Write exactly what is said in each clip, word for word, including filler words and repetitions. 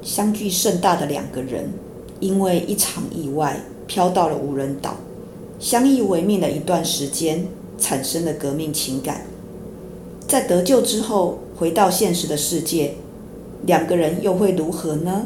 相距甚大的两个人，因为一场意外飘到了无人岛，相依为命了一段时间，产生了革命情感。在得救之后，回到现实的世界，两个人又会如何呢？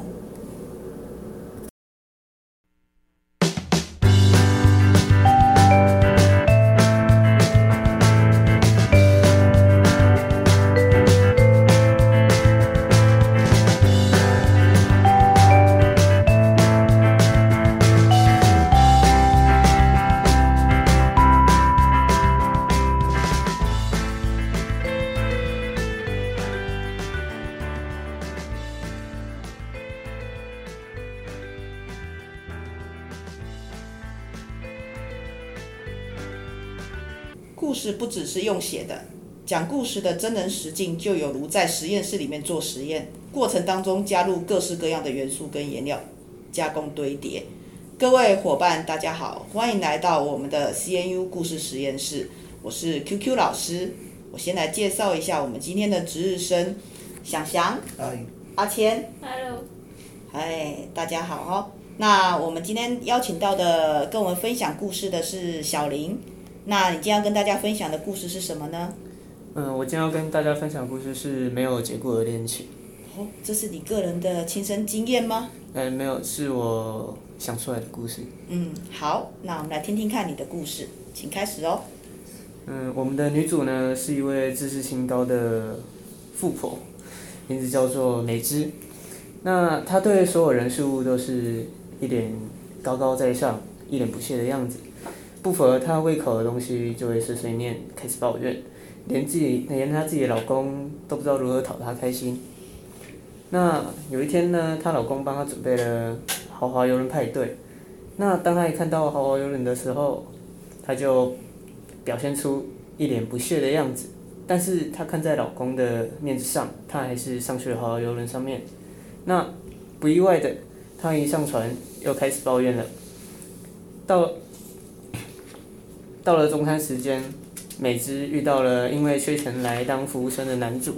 故事不只是用写的，讲故事的真人实境就有如在实验室里面做实验，过程当中加入各式各样的元素跟颜料，加工堆叠。各位伙伴大家好，欢迎来到我们的 C N U 故事实验室，我是 Q Q 老师。我先来介绍一下我们今天的值日生，想翔、阿谦 Hello， 嗨，大家好哦。那我们今天邀请到的跟我们分享故事的是小林。那你今天要跟大家分享的故事是什么呢？ 嗯，我今天要跟大家分享的故事是没有结果的恋情。 哦，这是你个人的亲身经验吗？ 哎，没有，是我想出来的故事。 嗯，好，那我们来听听看你的故事，请开始哦。 嗯，我们的女主呢是一位自视清高的富婆，名字叫做美芝。那她对所有人事物都是一脸高高在上、一脸不屑的样子。不符合她胃口的东西就会碎碎念，开始抱怨，连自己连她自己的老公都不知道如何讨她开心。那有一天呢，她老公帮她准备了豪华邮轮派对。那当她一看到豪华邮轮的时候，她就表现出一脸不屑的样子。但是她看在老公的面子上，她还是上去了豪华邮轮上面。那不意外的，她一上船又开始抱怨了。到到了中餐时间，美芝遇到了因为缺钱来当服务生的男主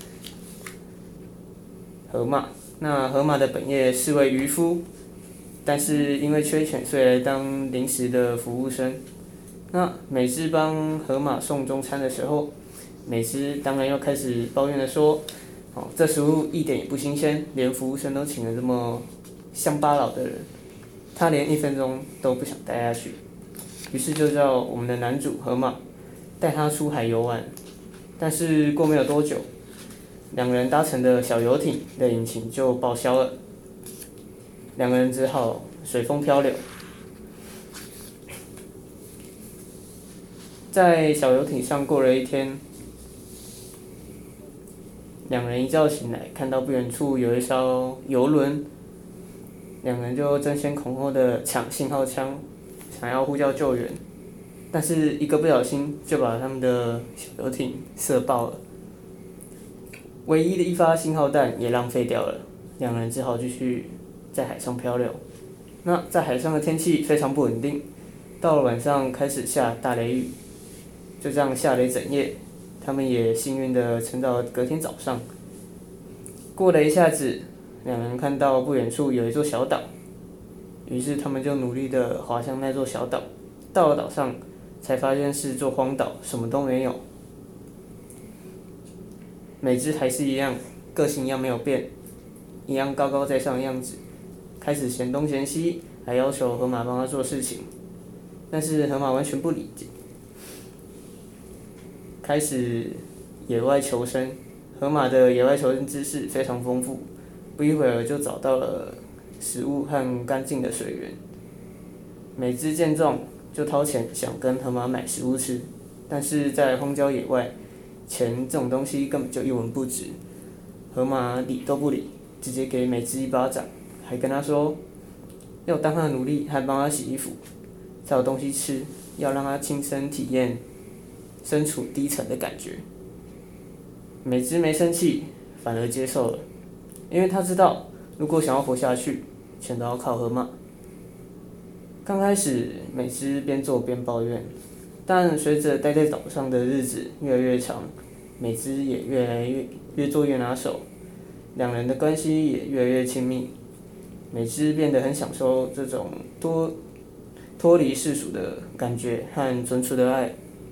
河马。那河马的本业是位渔夫，但是因为缺钱，所以来当临时的服务生。那美芝帮河马送中餐的时候，美芝当然又开始抱怨了说：“哦，这食物一点也不新鲜，连服务生都请了这么乡巴佬的人，他连一分钟都不想待下去。”于是就叫我们的男主河马带他出海游玩，但是过没有多久，两人搭乘的小游艇的引擎就报销了，两个人只好随风漂流。在小游艇上过了一天，两人一觉醒来，看到不远处有一艘游轮，两人就争先恐后的抢信号枪，想要呼叫救援，但是一个不小心就把他们的小游艇射爆了，唯一的一发信号弹也浪费掉了，两人只好继续在海上漂流。那在海上的天气非常不稳定，到了晚上开始下大雷雨，就这样下了一整夜，他们也幸运的撑到隔天早上。过了一下子，两人看到不远处有一座小岛，于是他们就努力地滑向那座小岛，到了岛上，才发现是座荒岛，什么都没有。美芝还是一样，个性一样没有变，一样高高在上的样子，开始嫌东嫌西，还要求河马帮他做事情，但是河马完全不理解。开始野外求生，河马的野外求生知识非常丰富，不一会儿就找到了食物和干净的水源。美芝见状就掏钱想跟河马买食物吃，但是在荒郊野外，钱这种东西根本就一文不值。河马理都不理，直接给美芝一巴掌，还跟她说要当她的奴隶，还帮她洗衣服，才有东西吃，要让她亲身体验身处低层的感觉。美芝没生气，反而接受了，因为她知道如果想要活下去，全都要靠河马。刚开始，美芝边做边抱怨，但随着待在岛上的日子越来越长，美芝也越来越越做越拿手。 两人的关系也越来越亲密。美芝变得很享受这种脱脱离世俗的感觉和纯纯的爱。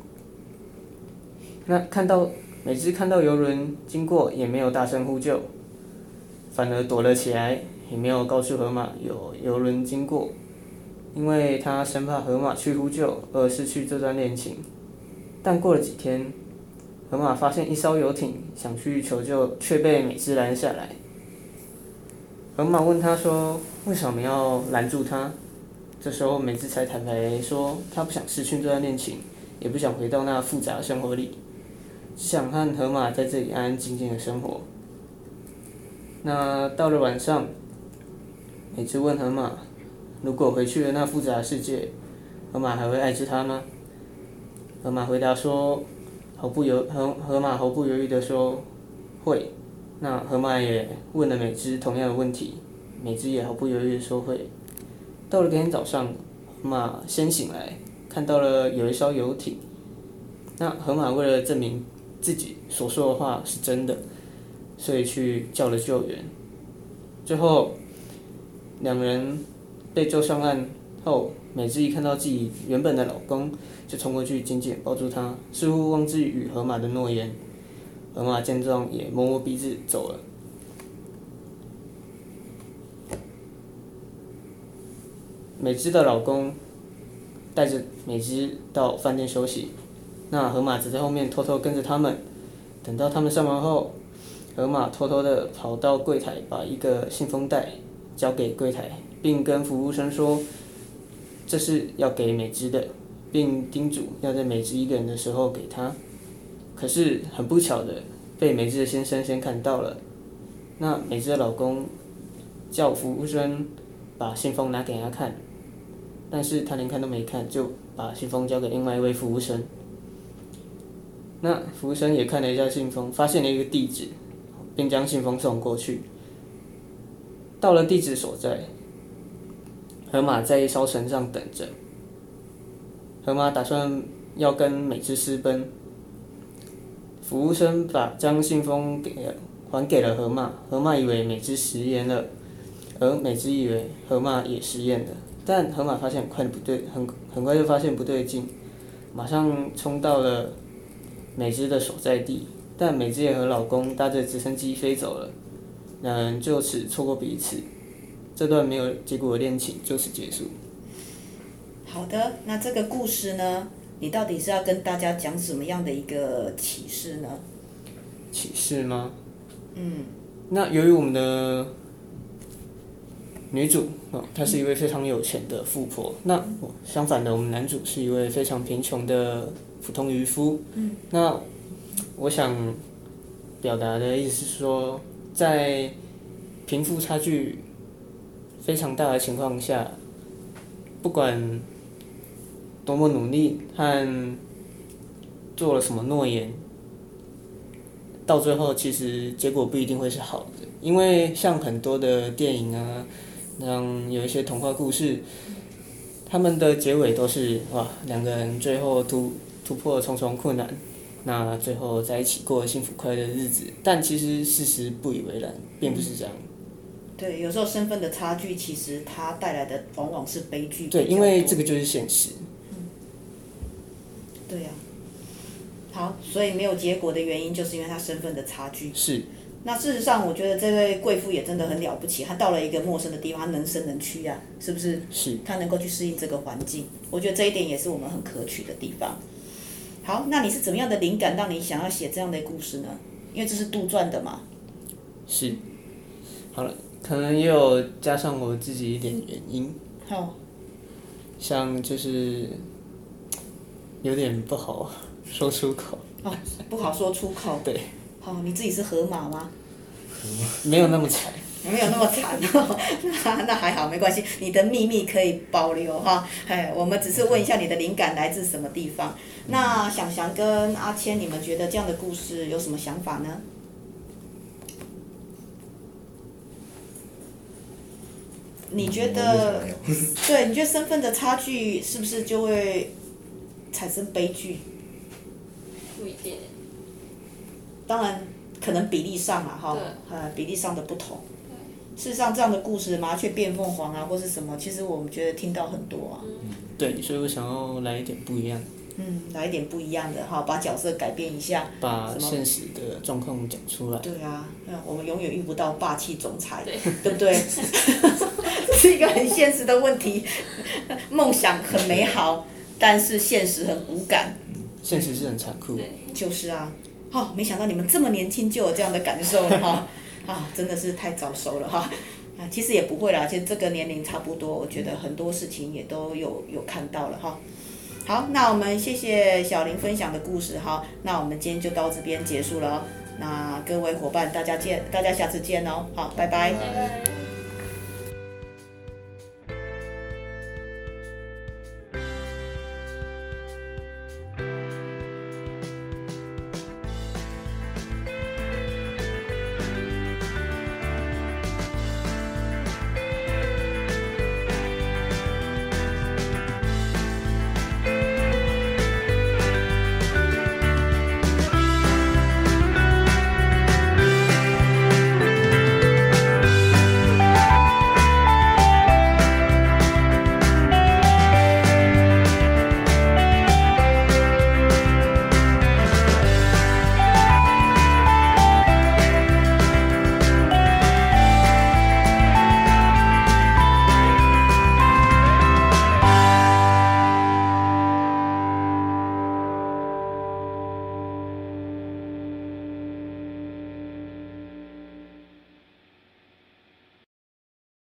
那看到美芝看到游轮经过，也没有大声呼救，反而躲了起来，也没有告诉河马有游轮经过，因为他生怕河马去呼救而失去这段恋情。但过了几天，河马发现一艘游艇想去求救，却被美芝拦下来。河马问他说：“为什么要拦住他？”这时候美芝才坦白说，他不想失去这段恋情，也不想回到那复杂的生活里，只想和河马在这里安安静静的生活。那到了晚上，美芝问河马：“如果回去了那复杂的世界，河马还会爱着他吗？”河马回答说：“毫不犹河河马毫不犹豫地说会。”那河马也问了美芝同样的问题，美芝也毫不犹豫地说会。到了隔天早上，河马先醒来，看到了有一艘游艇。那河马为了证明自己所说的话是真的，所以去叫了救援。最后，两人被救上岸后，美芝一看到自己原本的老公，就冲过去紧紧抱住他，似乎忘记与河马的诺言。河马见状也摸摸鼻子走了。美芝的老公带着美芝到饭店休息，那河马只在后面偷偷跟着他们。等到他们上完后，河马偷偷的跑到柜台，把一个信封袋交给柜台，并跟服务生说这是要给美芝的，并叮嘱要在美芝一个人的时候给她。可是很不巧的，被美芝的先生先看到了。那美芝的老公叫服务生把信封拿给他看，但是他连看都没看，就把信封交给另外一位服务生。那服务生也看了一下信封，发现了一个地址，并将信封送过去。到了地址所在，河马在一艘船上等着。河马打算要跟美芝私奔。服务生把将信封给了还给了河马，河马以为美芝食言了，而美芝以为河马也食言了。但河马发现很快不对，很很快就发现不对劲，马上冲到了美芝的所在地。但美芝也和老公搭着直升机飞走了，两人就此错过彼此，这段没有结果的恋情就此结束。 好的，那这个故事呢，你到底是要跟大家讲什么样的一个启示呢？ 启示吗？ 嗯。 那由于我们的女主哦，她是一位非常有钱的富婆。那相反的，我们男主是一位非常贫穷的普通渔夫。 嗯。 那我想表达的意思是说，在贫富差距非常大的情况下，不管多么努力和做了什么诺言，到最后其实结果不一定会是好的。因为像很多的电影啊，像有一些童话故事，他们的结尾都是哇，两个人最后突突破重重困难，那最后在一起过了幸福快乐的日子。但其实事实不以为然，并不是这样。 对，有时候身份的差距，其实它带来的往往是悲剧。 对，因为这个就是现实。 嗯。对呀、啊。好，所以没有结果的原因，就是因为他身份的差距。 是。 那事实上，我觉得这位贵妇也真的很了不起，她到了一个陌生的地方，她能生能屈啊，是不是？ 是。 她能够去适应这个环境，我觉得这一点也是我们很可取的地方。好，那你是怎么样的灵感让你想要写这样的故事呢？因为这是杜撰的嘛。 是。好了，可能也有加上我自己一点原因。 好。 像就是有点不好说出口。 哦，不好说出口。 对。 好，你自己是河马吗？ 没有那么惨。 没有那么惨哦，那那还好，没关系，你的秘密可以保留哈。哎，我们只是问一下你的灵感来自什么地方。那想翔跟阿谦，你们觉得这样的故事有什么想法呢？你觉得，对，你觉得身份的差距是不是就会产生悲剧？ 不一定。 当然， 可能比例上啊哈，呃比例上的不同。事实上，这样的故事，麻雀变凤凰啊，或是什么，其实我们觉得听到很多啊。 嗯，对，所以我想要来一点不一样。 嗯，来一点不一样的哈，把角色改变一下。 把现实的状况讲出来。 对啊，我们永远遇不到霸气总裁，对, 对不对？这是一个很现实的问题。梦想很美好，但是现实很无感。 现实是很残酷。 就是啊，哦，没想到你们这么年轻就有这样的感受了哈。啊，真的是太早熟了哈！啊，其实也不会啦，其实这个年龄差不多，我觉得很多事情也都有有看到了哈。好，那我们谢谢小林分享的故事哈，那我们今天就到这边结束了哦。那各位伙伴，大家见，大家下次见哦，好，拜拜。 拜拜。